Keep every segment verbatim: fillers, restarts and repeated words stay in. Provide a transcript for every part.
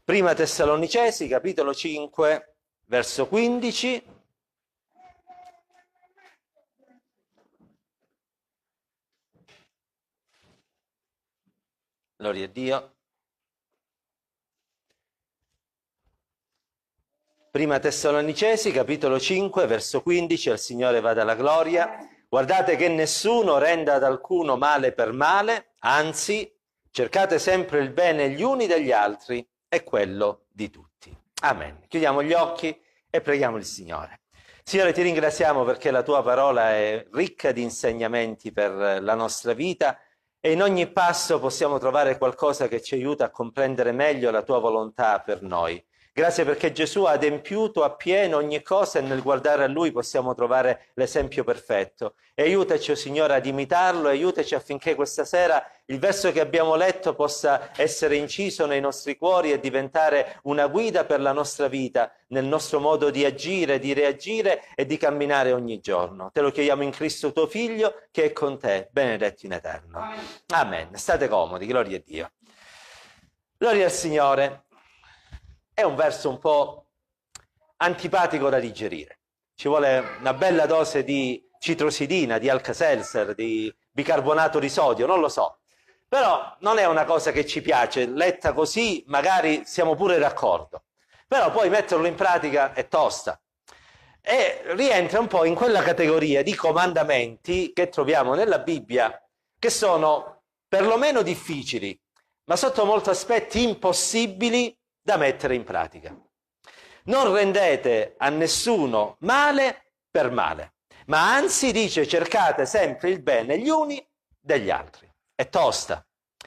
Prima Tessalonicesi, capitolo cinque, verso quindici. Gloria a Dio. Prima Tessalonicesi, capitolo cinque, verso quindici, al Signore vada la gloria. Guardate che nessuno renda ad alcuno male per male, anzi, cercate sempre il bene gli uni degli altri e quello di tutti. Amen. Chiudiamo gli occhi e preghiamo il Signore. Signore, ti ringraziamo perché la tua parola è ricca di insegnamenti per la nostra vita e in ogni passo possiamo trovare qualcosa che ci aiuta a comprendere meglio la tua volontà per noi. Grazie perché Gesù ha adempiuto appieno ogni cosa e nel guardare a Lui possiamo trovare l'esempio perfetto. E aiutaci, oh Signore, ad imitarlo, e aiutaci affinché questa sera il verso che abbiamo letto possa essere inciso nei nostri cuori e diventare una guida per la nostra vita, nel nostro modo di agire, di reagire e di camminare ogni giorno. Te lo chiediamo in Cristo tuo Figlio, che è con te, benedetto in eterno. Amen. Amen. State comodi, gloria a Dio. Gloria al Signore. È un verso un po' antipatico da digerire. Ci vuole una bella dose di citrosidina, di Alka-Seltzer, di bicarbonato di sodio, non lo so. Però non è una cosa che ci piace. Letta così magari siamo pure d'accordo. Però poi metterlo in pratica è tosta. E rientra un po' in quella categoria di comandamenti che troviamo nella Bibbia, che sono perlomeno difficili, ma sotto molti aspetti impossibili da mettere in pratica. Non rendete a nessuno male per male, ma anzi dice cercate sempre il bene gli uni degli altri. È tosta.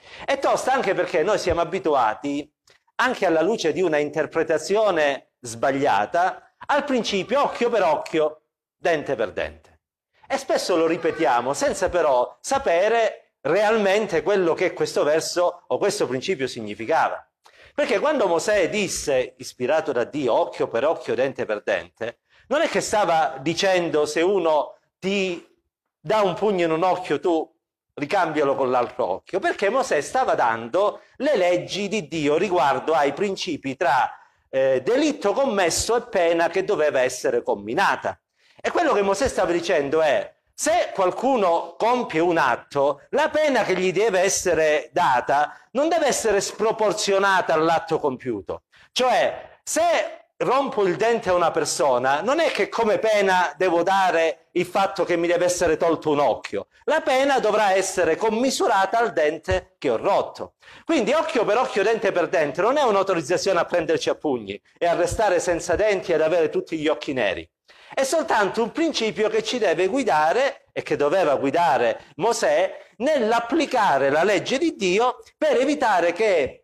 È tosta anche perché noi siamo abituati, anche alla luce di una interpretazione sbagliata, al principio occhio per occhio, dente per dente. E spesso lo ripetiamo senza però sapere realmente quello che questo verso o questo principio significava. Perché quando Mosè disse, ispirato da Dio, occhio per occhio, dente per dente, non è che stava dicendo se uno ti dà un pugno in un occhio, tu ricambialo con l'altro occhio, perché Mosè stava dando le leggi di Dio riguardo ai principi tra eh, delitto commesso e pena che doveva essere comminata. E quello che Mosè stava dicendo è: se qualcuno compie un atto, la pena che gli deve essere data non deve essere sproporzionata all'atto compiuto. Cioè, se rompo il dente a una persona, non è che come pena devo dare il fatto che mi deve essere tolto un occhio. La pena dovrà essere commisurata al dente che ho rotto. Quindi occhio per occhio, dente per dente non è un'autorizzazione a prenderci a pugni e a restare senza denti e ad avere tutti gli occhi neri. È soltanto un principio che ci deve guidare e che doveva guidare Mosè nell'applicare la legge di Dio per evitare che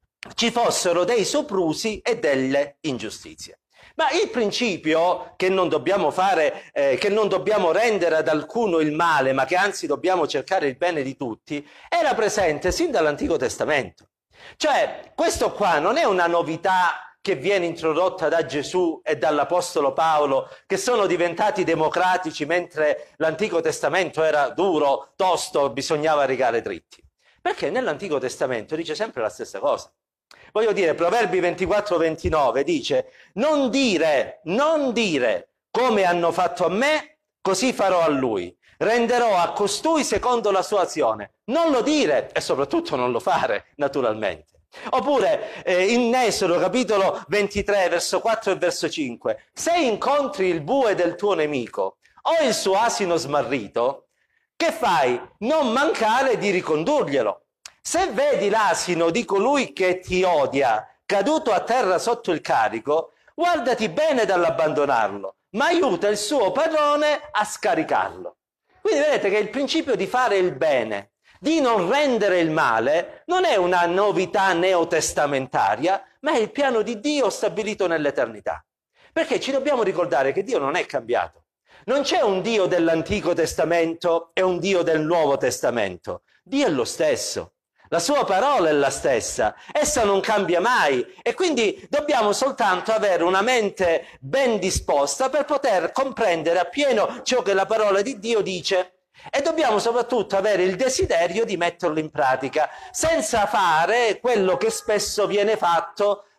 ci fossero dei soprusi e delle ingiustizie. Ma il principio che non dobbiamo fare, eh, che non dobbiamo rendere ad alcuno il male, ma che anzi dobbiamo cercare il bene di tutti, era presente sin dall'Antico Testamento. Cioè, questo qua non è una novità che viene introdotta da Gesù e dall'Apostolo Paolo, che sono diventati democratici mentre l'Antico Testamento era duro, tosto, bisognava rigare dritti. Perché nell'Antico Testamento dice sempre la stessa cosa. Voglio dire, Proverbi ventiquattro ventinove dice: non dire, non dire come hanno fatto a me, così farò a lui. Renderò a costui secondo la sua azione. Non lo dire e soprattutto non lo fare, naturalmente. Oppure eh, in Esodo capitolo ventitré verso quattro e verso cinque: se incontri il bue del tuo nemico o il suo asino smarrito, che fai? Non mancare di ricondurglielo. Se vedi l'asino di colui che ti odia caduto a terra sotto il carico, guardati bene dall'abbandonarlo, ma aiuta il suo padrone a scaricarlo. Quindi vedete che il principio di fare il bene, di non rendere il male, non è una novità neotestamentaria, ma è il piano di Dio stabilito nell'eternità. Perché ci dobbiamo ricordare che Dio non è cambiato. Non c'è un Dio dell'Antico Testamento e un Dio del Nuovo Testamento. Dio è lo stesso. La sua parola è la stessa, essa non cambia mai e quindi dobbiamo soltanto avere una mente ben disposta per poter comprendere appieno ciò che la parola di Dio dice. E dobbiamo soprattutto avere il desiderio di metterlo in pratica, senza fare quello che spesso viene fatto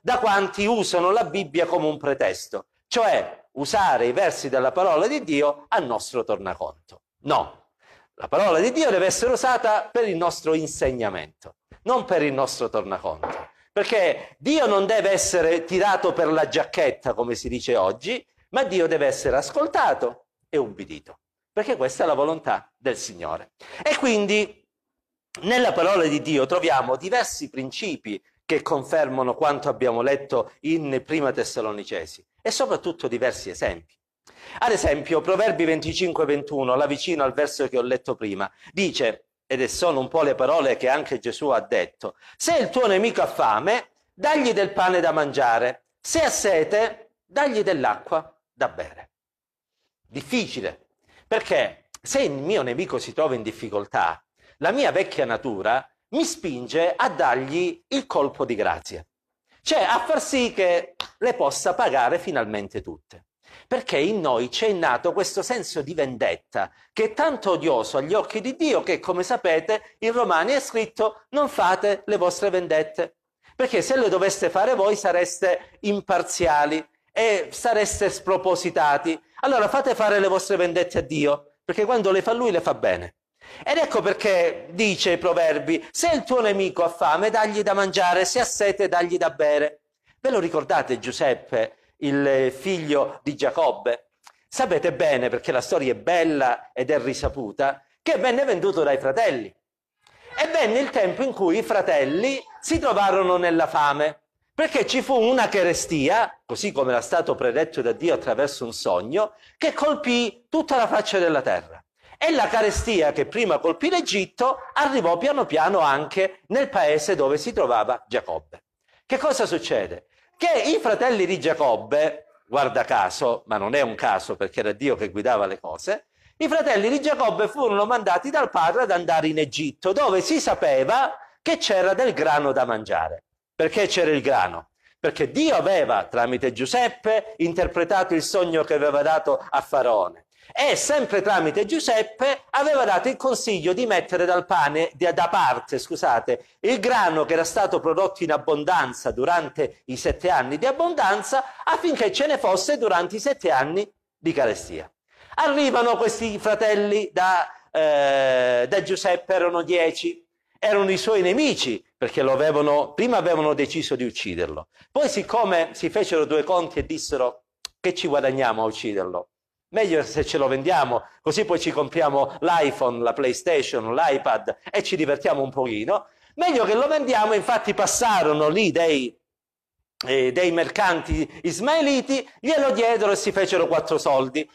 da quanti usano la Bibbia come un pretesto, cioè usare i versi della parola di Dio a nostro tornaconto. No, la parola di Dio deve essere usata per il nostro insegnamento, non per il nostro tornaconto, perché Dio non deve essere tirato per la giacchetta, come si dice oggi, ma Dio deve essere ascoltato e ubbidito, perché questa è la volontà del Signore. E quindi nella parola di Dio troviamo diversi principi che confermano quanto abbiamo letto in Prima Tessalonicesi e soprattutto diversi esempi. Ad esempio, Proverbi venticinque ventuno, là vicino al verso che ho letto prima, dice, ed sono un po' le parole che anche Gesù ha detto, se il tuo nemico ha fame, dagli del pane da mangiare, se ha sete, dagli dell'acqua da bere. Difficile, perché se il mio nemico si trova in difficoltà, la mia vecchia natura mi spinge a dargli il colpo di grazia, cioè a far sì che le possa pagare finalmente tutte. Perché in noi c'è nato questo senso di vendetta che è tanto odioso agli occhi di Dio che, come sapete, in Romani è scritto non fate le vostre vendette, perché se le doveste fare voi sareste imparziali e sareste spropositati. Allora fate fare le vostre vendette a Dio, perché quando le fa Lui le fa bene. Ed ecco perché dice i Proverbi, se il tuo nemico ha fame dagli da mangiare, se ha sete dagli da bere. Ve lo ricordate Giuseppe, il figlio di Giacobbe? Sapete bene, perché la storia è bella ed è risaputa, che venne venduto dai fratelli. E venne il tempo in cui i fratelli si trovarono nella fame, perché ci fu una carestia, così come era stato predetto da Dio attraverso un sogno, che colpì tutta la faccia della terra. E la carestia che prima colpì l'Egitto arrivò piano piano anche nel paese dove si trovava Giacobbe. Che cosa succede? Che i fratelli di Giacobbe, guarda caso, ma non è un caso perché era Dio che guidava le cose, i fratelli di Giacobbe furono mandati dal padre ad andare in Egitto, dove si sapeva che c'era del grano da mangiare. Perché c'era il grano? Perché Dio aveva, tramite Giuseppe, interpretato il sogno che aveva dato a Faraone. E sempre tramite Giuseppe aveva dato il consiglio di mettere dal pane, da parte, scusate, il grano che era stato prodotto in abbondanza durante i sette anni di abbondanza, affinché ce ne fosse durante i sette anni di carestia. Arrivano questi fratelli da, eh, da Giuseppe, erano dieci, erano i suoi nemici, perché lo avevano, prima avevano deciso di ucciderlo. Poi, siccome si fecero due conti e dissero che ci guadagniamo a ucciderlo, meglio se ce lo vendiamo, così poi ci compriamo l'iPhone, la PlayStation, l'iPad e ci divertiamo un pochino. Meglio che lo vendiamo, infatti passarono lì dei, eh, dei mercanti ismaeliti, glielo diedero e si fecero quattro soldi.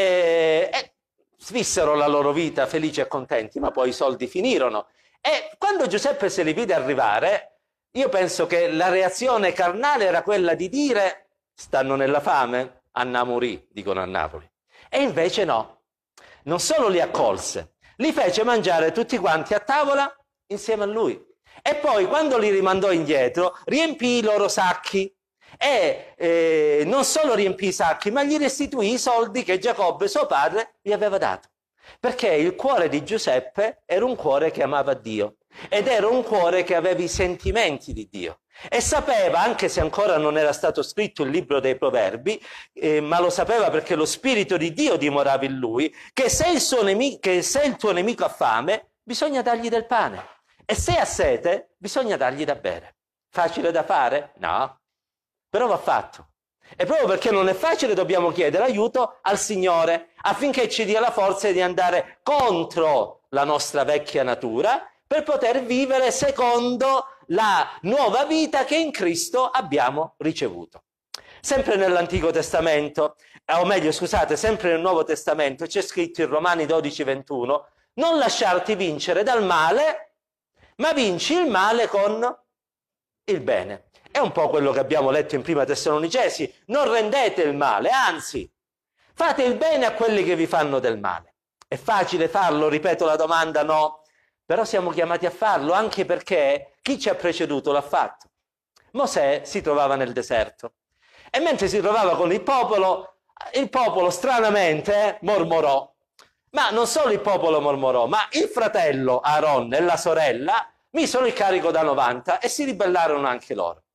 E, e vissero la loro vita felici e contenti, ma poi i soldi finirono. E quando Giuseppe se li vide arrivare, io penso che la reazione carnale era quella di dire stanno nella fame, a Namurì, dicono a Napoli. E invece no, non solo li accolse, li fece mangiare tutti quanti a tavola insieme a lui. E poi quando li rimandò indietro riempì i loro sacchi e eh, non solo riempì i sacchi, ma gli restituì i soldi che Giacobbe, suo padre, gli aveva dato. Perché il cuore di Giuseppe era un cuore che amava Dio ed era un cuore che aveva i sentimenti di Dio. E sapeva, anche se ancora non era stato scritto il libro dei Proverbi, eh, ma lo sapeva perché lo Spirito di Dio dimorava in lui, che se, il suo nemico, che se il tuo nemico ha fame, bisogna dargli del pane. E se ha sete, bisogna dargli da bere. Facile da fare? No. Però va fatto. E proprio perché non è facile dobbiamo chiedere aiuto al Signore affinché ci dia la forza di andare contro la nostra vecchia natura per poter vivere secondo la nuova vita che in Cristo abbiamo ricevuto. Sempre nell'Antico Testamento, o meglio scusate, sempre nel Nuovo Testamento c'è scritto in Romani dodici ventuno: non lasciarti vincere dal male, ma vinci il male con il bene. È un po' quello che abbiamo letto in Prima Tessalonicesi: non rendete il male, anzi, fate il bene a quelli che vi fanno del male. È facile farlo? Ripeto la domanda, no. Però siamo chiamati a farlo, anche perché chi ci ha preceduto l'ha fatto. Mosè si trovava nel deserto e mentre si trovava con il popolo, il popolo stranamente eh, mormorò. Ma non solo il popolo mormorò, ma il fratello Aaron e la sorella misero il carico da novanta e si ribellarono anche loro.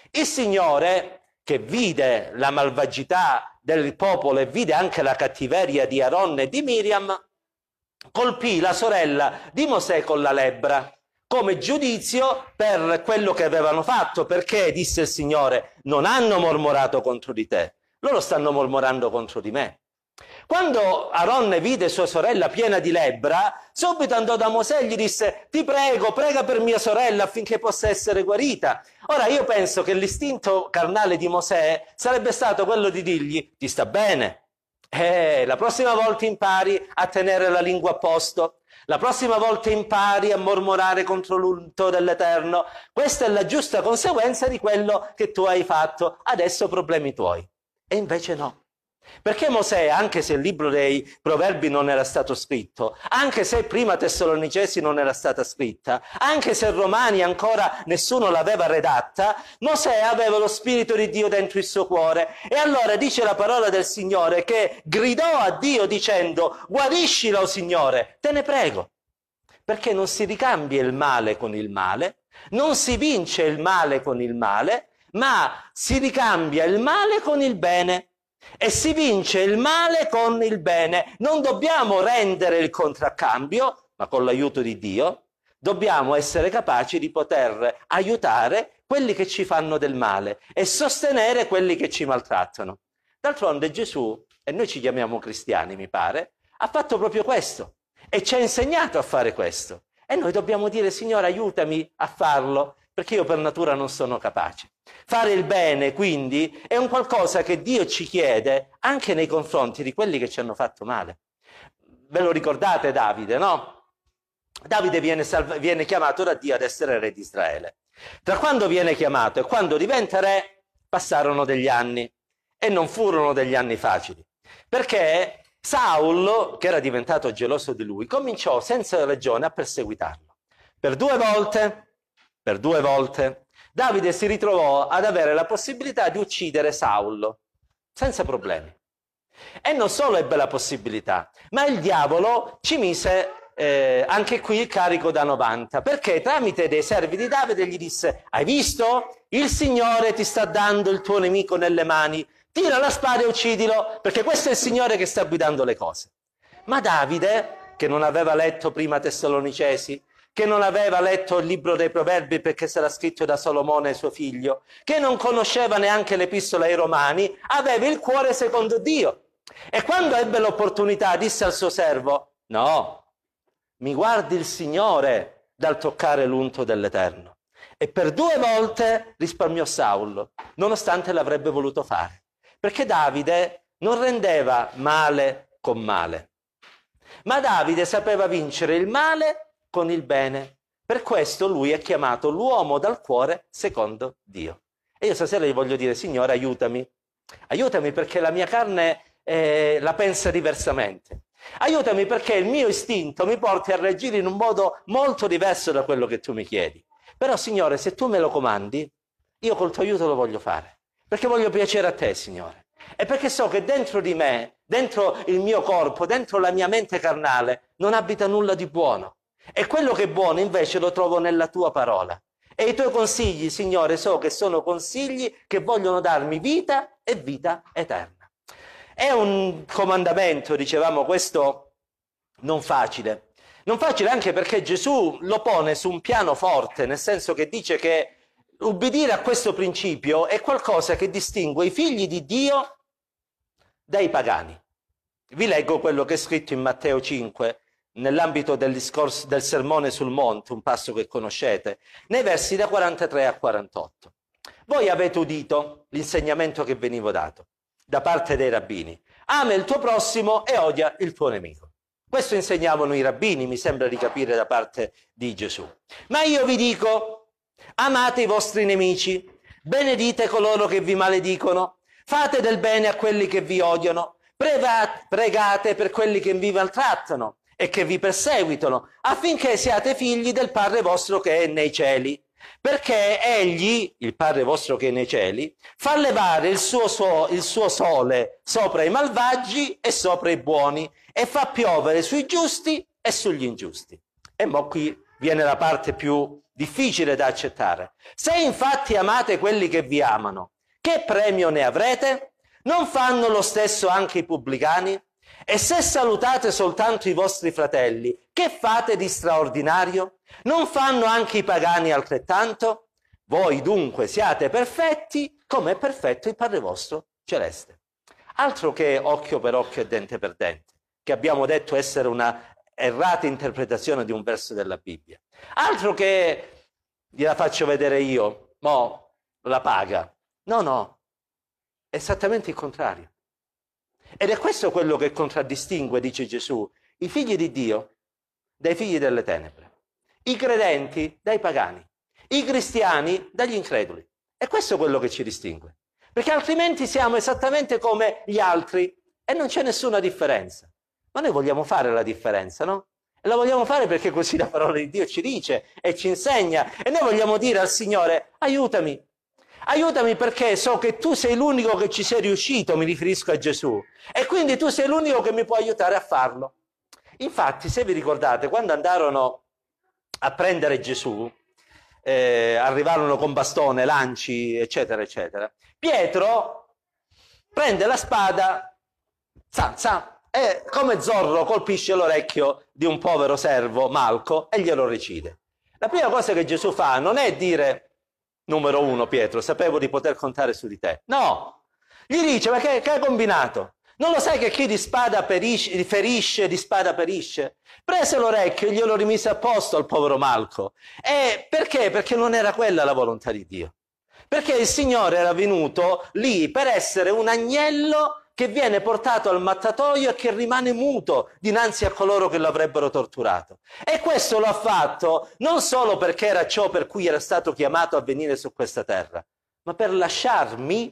Il Signore, che vide la malvagità del popolo e vide anche la cattiveria di Aaron e di Miriam, colpì la sorella di Mosè con la lebbra come giudizio per quello che avevano fatto, perché, disse il Signore, non hanno mormorato contro di te, loro stanno mormorando contro di me. Quando Aaron vide sua sorella piena di lebbra, subito andò da Mosè e gli disse: ti prego, prega per mia sorella affinché possa essere guarita. Ora io penso che l'istinto carnale di Mosè sarebbe stato quello di dirgli: ti sta bene, eh, la prossima volta impari a tenere la lingua a posto, la prossima volta impari a mormorare contro l'unto dell'Eterno, questa è la giusta conseguenza di quello che tu hai fatto, adesso problemi tuoi. E invece no. Perché Mosè, anche se il libro dei Proverbi non era stato scritto, anche se prima Tessalonicesi non era stata scritta, anche se Romani ancora nessuno l'aveva redatta, Mosè aveva lo Spirito di Dio dentro il suo cuore. E allora dice la parola del Signore che gridò a Dio dicendo: guariscila, o Signore, te ne prego. Perché non si ricambia il male con il male, non si vince il male con il male, ma si ricambia il male con il bene. E si vince il male con il bene. Non dobbiamo rendere il contraccambio, ma con l'aiuto di Dio dobbiamo essere capaci di poter aiutare quelli che ci fanno del male e sostenere quelli che ci maltrattano. D'altronde Gesù, e noi ci chiamiamo cristiani mi pare, ha fatto proprio questo e ci ha insegnato a fare questo. E noi dobbiamo dire: Signore, aiutami a farlo, perché io per natura non sono capace. Fare il bene, quindi, è un qualcosa che Dio ci chiede anche nei confronti di quelli che ci hanno fatto male. Ve lo ricordate Davide, no? Davide viene, salva- viene chiamato da Dio ad essere re di Israele. Tra quando viene chiamato e quando diventa re passarono degli anni, e non furono degli anni facili, perché Saul, che era diventato geloso di lui, cominciò senza ragione a perseguitarlo. Per due volte, per due volte, Davide si ritrovò ad avere la possibilità di uccidere Saulo, senza problemi. E non solo ebbe la possibilità, ma il diavolo ci mise eh, anche qui il carico da novanta, perché tramite dei servi di Davide gli disse: hai visto? Il Signore ti sta dando il tuo nemico nelle mani, tira la spada e uccidilo, perché questo è il Signore che sta guidando le cose. Ma Davide, che non aveva letto prima Tessalonicesi, che non aveva letto il libro dei Proverbi perché sarà scritto da Solomone suo figlio, che non conosceva neanche l'epistola ai Romani, aveva il cuore secondo Dio. E quando ebbe l'opportunità disse al suo servo: no, mi guardi il Signore dal toccare l'unto dell'Eterno. E per due volte risparmiò Saulo, nonostante l'avrebbe voluto fare. Perché Davide non rendeva male con male, ma Davide sapeva vincere il male con il bene. Per questo lui è chiamato l'uomo dal cuore secondo Dio. E io stasera gli voglio dire: Signore, aiutami, aiutami perché la mia carne eh, la pensa diversamente. Aiutami perché il mio istinto mi porta a reagire in un modo molto diverso da quello che tu mi chiedi. Però, Signore, se tu me lo comandi, io col tuo aiuto lo voglio fare, perché voglio piacere a te, Signore. E perché so che dentro di me, dentro il mio corpo, dentro la mia mente carnale, non abita nulla di buono. E quello che è buono invece lo trovo nella tua parola. E i tuoi consigli, Signore, so che sono consigli che vogliono darmi vita e vita eterna. È un comandamento, dicevamo, questo non facile. Non facile anche perché Gesù lo pone su un piano forte, nel senso che dice che ubbidire a questo principio è qualcosa che distingue i figli di Dio dai pagani. Vi leggo quello che è scritto in Matteo cinque, nell'ambito del discorso del sermone sul monte, un passo che conoscete, nei versi da quarantatré a quarantotto. Voi avete udito l'insegnamento che veniva dato da parte dei rabbini: ama il tuo prossimo e odia il tuo nemico. Questo insegnavano i rabbini, mi sembra di capire, da parte di Gesù. Ma io vi dico: amate i vostri nemici, benedite coloro che vi maledicono, fate del bene a quelli che vi odiano, pregate per quelli che vi maltrattano e che vi perseguitano, affinché siate figli del Padre vostro che è nei cieli. Perché egli, il Padre vostro che è nei cieli, fa levare il suo, so, il suo sole sopra i malvagi e sopra i buoni, e fa piovere sui giusti e sugli ingiusti. E mo qui viene la parte più difficile da accettare. Se infatti amate quelli che vi amano, che premio ne avrete? Non fanno lo stesso anche i pubblicani? E se salutate soltanto i vostri fratelli, che fate di straordinario? Non fanno anche i pagani altrettanto? Voi dunque siate perfetti, come è perfetto il Padre vostro celeste. Altro che occhio per occhio e dente per dente, che abbiamo detto essere una errata interpretazione di un verso della Bibbia. Altro che gliela faccio vedere io, mo la paga. No, no, è esattamente il contrario. Ed è questo quello che contraddistingue, dice Gesù, i figli di Dio dai figli delle tenebre, i credenti dai pagani, i cristiani dagli increduli. È questo quello che ci distingue, perché altrimenti siamo esattamente come gli altri e non c'è nessuna differenza. Ma noi vogliamo fare la differenza, no? E la vogliamo fare perché così la parola di Dio ci dice e ci insegna, e noi vogliamo dire al Signore: aiutami. Aiutami perché so che tu sei l'unico che ci sei riuscito, mi riferisco a Gesù, e quindi tu sei l'unico che mi può aiutare a farlo. Infatti, se vi ricordate, quando andarono a prendere Gesù, eh, arrivarono con bastone, lanci, eccetera, eccetera, Pietro prende la spada, za, za, e come Zorro colpisce l'orecchio di un povero servo, Malco, e glielo recide. La prima cosa che Gesù fa non è dire: numero uno, Pietro, sapevo di poter contare su di te. No, gli dice: ma che, che hai combinato? Non lo sai che chi di spada perisce, ferisce, di spada perisce? Prese l'orecchio e glielo rimise a posto al povero Malco. E perché? Perché non era quella la volontà di Dio. Perché il Signore era venuto lì per essere un agnello che viene portato al mattatoio e che rimane muto dinanzi a coloro che lo avrebbero torturato. E questo lo ha fatto non solo perché era ciò per cui era stato chiamato a venire su questa terra, ma per lasciarmi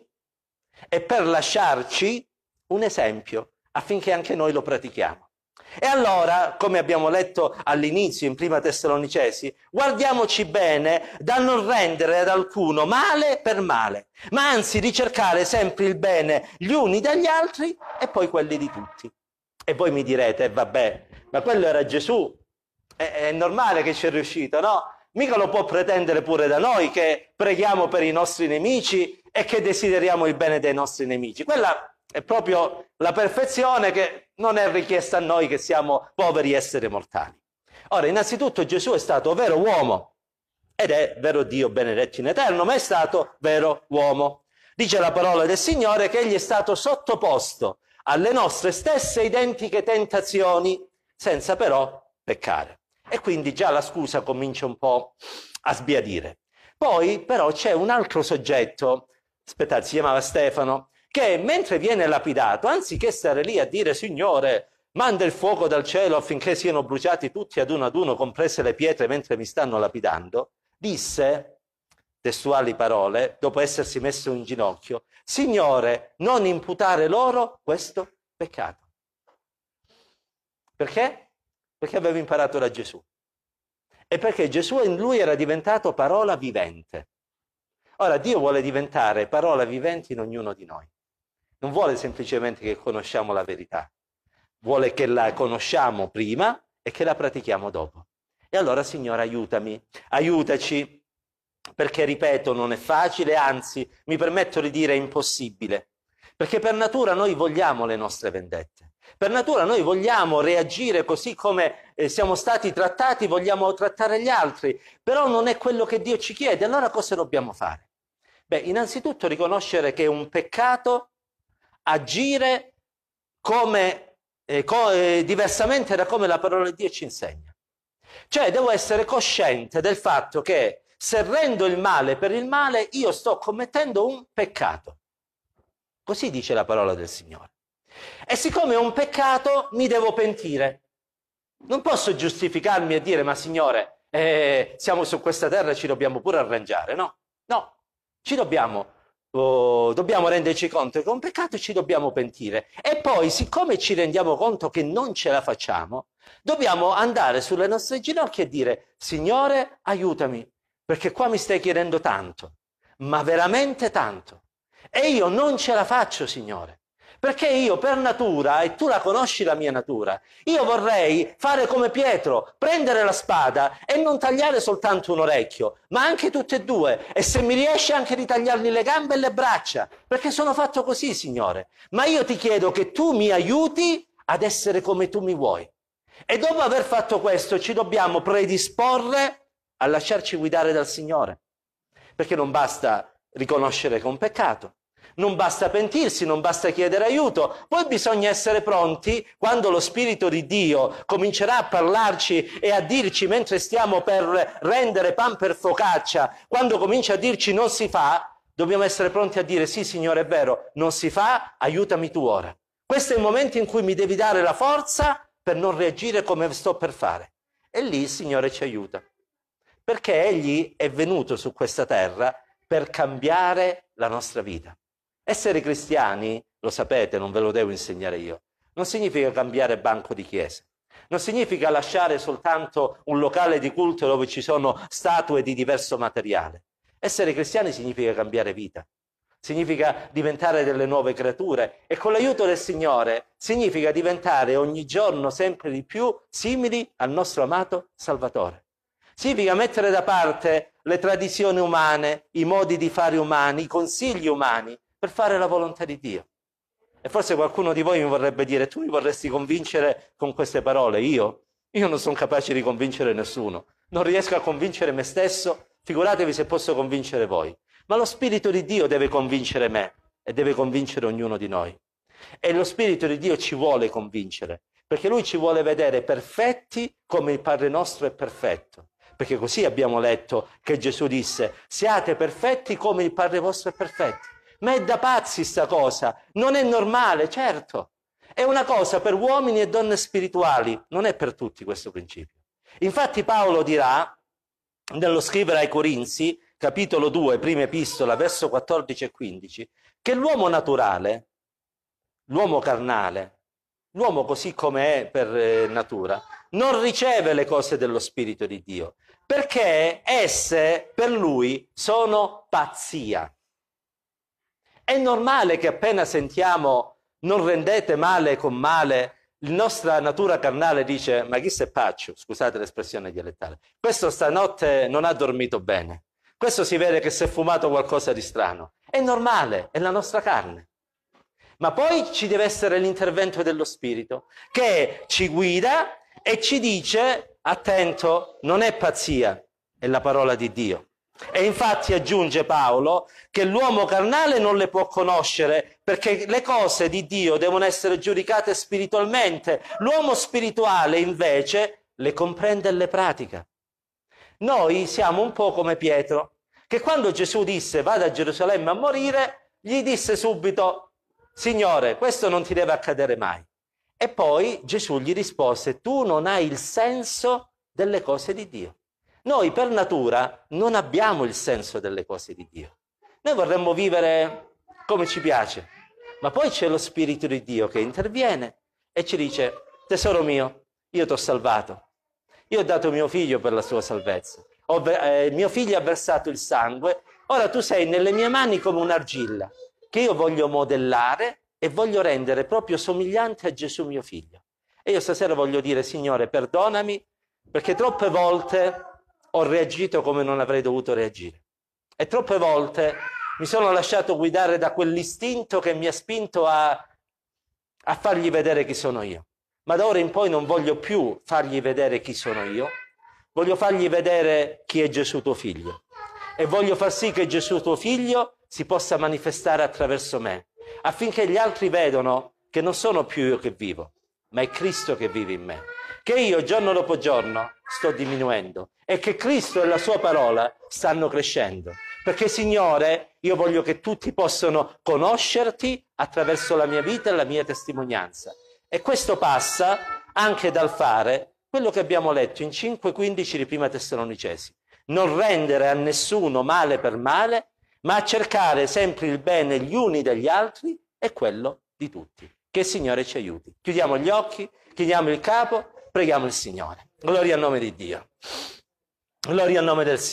e per lasciarci un esempio affinché anche noi lo pratichiamo. E allora, come abbiamo letto all'inizio in Prima Tessalonicesi, guardiamoci bene da non rendere ad alcuno male per male, ma anzi ricercare sempre il bene gli uni dagli altri e poi quelli di tutti. E voi mi direte: vabbè, ma quello era Gesù, è, è normale che ci è riuscito, no? Mica lo può pretendere pure da noi che preghiamo per i nostri nemici e che desideriamo il bene dei nostri nemici. Quella è proprio la perfezione che non è richiesta a noi che siamo poveri esseri mortali. Ora, innanzitutto Gesù è stato vero uomo ed è vero Dio benedetto in eterno, ma è stato vero uomo. Dice la parola del Signore che egli è stato sottoposto alle nostre stesse identiche tentazioni senza però peccare. E quindi già la scusa comincia un po' a sbiadire. Poi però c'è un altro soggetto, aspettate, si chiamava Stefano, che mentre viene lapidato, anziché stare lì a dire: Signore, manda il fuoco dal cielo affinché siano bruciati tutti ad uno ad uno, comprese le pietre mentre mi stanno lapidando, disse, testuali parole, dopo essersi messo in ginocchio: Signore, non imputare loro questo peccato. Perché? Perché aveva imparato da Gesù. E perché Gesù in lui era diventato parola vivente. Ora, Dio vuole diventare parola vivente in ognuno di noi. Non vuole semplicemente che conosciamo la verità, vuole che la conosciamo prima e che la pratichiamo dopo. E allora, Signore, aiutami, aiutaci, perché, ripeto, non è facile, anzi, mi permetto di dire è impossibile, perché per natura noi vogliamo le nostre vendette, per natura noi vogliamo reagire così come eh, siamo stati trattati, vogliamo trattare gli altri, però non è quello che Dio ci chiede. Allora cosa dobbiamo fare? Beh, innanzitutto riconoscere che è un peccato agire come, eh, co- eh, diversamente da come la parola di Dio ci insegna. Cioè devo essere cosciente del fatto che se rendo il male per il male io sto commettendo un peccato. Così dice la parola del Signore. E siccome è un peccato mi devo pentire. Non posso giustificarmi e dire: ma Signore, eh, siamo su questa terra e ci dobbiamo pure arrangiare. No, no, ci dobbiamo Oh, dobbiamo renderci conto che è un peccato e ci dobbiamo pentire. E poi, siccome ci rendiamo conto che non ce la facciamo, dobbiamo andare sulle nostre ginocchia e dire: Signore, aiutami, perché qua mi stai chiedendo tanto, ma veramente tanto. E io non ce la faccio, Signore. Perché io per natura, e tu la conosci la mia natura, io vorrei fare come Pietro, prendere la spada e non tagliare soltanto un orecchio, ma anche tutte e due, e se mi riesce anche di tagliargli le gambe e le braccia, perché sono fatto così, Signore. Ma io ti chiedo che tu mi aiuti ad essere come tu mi vuoi. E dopo aver fatto questo ci dobbiamo predisporre a lasciarci guidare dal Signore, perché non basta riconoscere che è un peccato. Non basta pentirsi, non basta chiedere aiuto, poi bisogna essere pronti quando lo Spirito di Dio comincerà a parlarci e a dirci mentre stiamo per rendere pan per focaccia, quando comincia a dirci non si fa, dobbiamo essere pronti a dire sì Signore è vero, non si fa, aiutami tu ora. Questo è il momento in cui mi devi dare la forza per non reagire come sto per fare. E lì il Signore ci aiuta, perché Egli è venuto su questa terra per cambiare la nostra vita. Essere cristiani, lo sapete, non ve lo devo insegnare io, non significa cambiare banco di chiesa, non significa lasciare soltanto un locale di culto dove ci sono statue di diverso materiale. Essere cristiani significa cambiare vita, significa diventare delle nuove creature e con l'aiuto del Signore significa diventare ogni giorno sempre di più simili al nostro amato Salvatore. Significa mettere da parte le tradizioni umane, i modi di fare umani, i consigli umani, per fare la volontà di Dio. E forse qualcuno di voi mi vorrebbe dire, tu mi vorresti convincere con queste parole, io? Io non sono capace di convincere nessuno, non riesco a convincere me stesso, figuratevi se posso convincere voi. Ma lo Spirito di Dio deve convincere me e deve convincere ognuno di noi. E lo Spirito di Dio ci vuole convincere, perché Lui ci vuole vedere perfetti come il Padre nostro è perfetto. Perché così abbiamo letto che Gesù disse, siate perfetti come il Padre vostro è perfetto. Ma è da pazzi sta cosa, non è normale, certo. È una cosa per uomini e donne spirituali, non è per tutti questo principio. Infatti Paolo dirà, nello scrivere ai Corinzi, capitolo due, prima epistola, verso quattordici e quindici, che l'uomo naturale, l'uomo carnale, l'uomo così come è per eh, natura, non riceve le cose dello Spirito di Dio, perché esse per lui sono pazzia. È normale che appena sentiamo non rendete male con male, la nostra natura carnale dice ma chi se paccio, scusate l'espressione dialettale, questo stanotte non ha dormito bene, questo si vede che si è fumato qualcosa di strano. È normale, è la nostra carne. Ma poi ci deve essere l'intervento dello Spirito che ci guida e ci dice attento, non è pazzia, è la parola di Dio. E infatti aggiunge Paolo che l'uomo carnale non le può conoscere perché le cose di Dio devono essere giudicate spiritualmente. L'uomo spirituale invece le comprende e le pratica. Noi siamo un po' come Pietro, che quando Gesù disse vada a Gerusalemme a morire, gli disse subito Signore, questo non ti deve accadere mai. E poi Gesù gli rispose tu non hai il senso delle cose di Dio. Noi per natura non abbiamo il senso delle cose di Dio. Noi vorremmo vivere come ci piace, ma poi c'è lo Spirito di Dio che interviene e ci dice, tesoro mio, io ti ho salvato, io ho dato mio figlio per la sua salvezza, ho, eh, mio figlio ha versato il sangue, ora tu sei nelle mie mani come un'argilla che io voglio modellare e voglio rendere proprio somigliante a Gesù mio figlio. E io stasera voglio dire, Signore, perdonami, perché troppe volte ho reagito come non avrei dovuto reagire. E troppe volte mi sono lasciato guidare da quell'istinto che mi ha spinto a, a fargli vedere chi sono io. Ma da ora in poi non voglio più fargli vedere chi sono io, voglio fargli vedere chi è Gesù tuo figlio. E voglio far sì che Gesù tuo figlio si possa manifestare attraverso me, affinché gli altri vedano che non sono più io che vivo, ma è Cristo che vive in me. Che io giorno dopo giorno sto diminuendo e che Cristo e la sua parola stanno crescendo. Perché Signore, io voglio che tutti possano conoscerti attraverso la mia vita e la mia testimonianza. E questo passa anche dal fare quello che abbiamo letto in cinque quindici di Prima Tessalonicesi. Non rendere a nessuno male per male, ma cercare sempre il bene gli uni degli altri e quello di tutti. Che il Signore ci aiuti. Chiudiamo gli occhi, chiniamo il capo, preghiamo il Signore. Gloria al nome di Dio. Gloria al nome del Signore.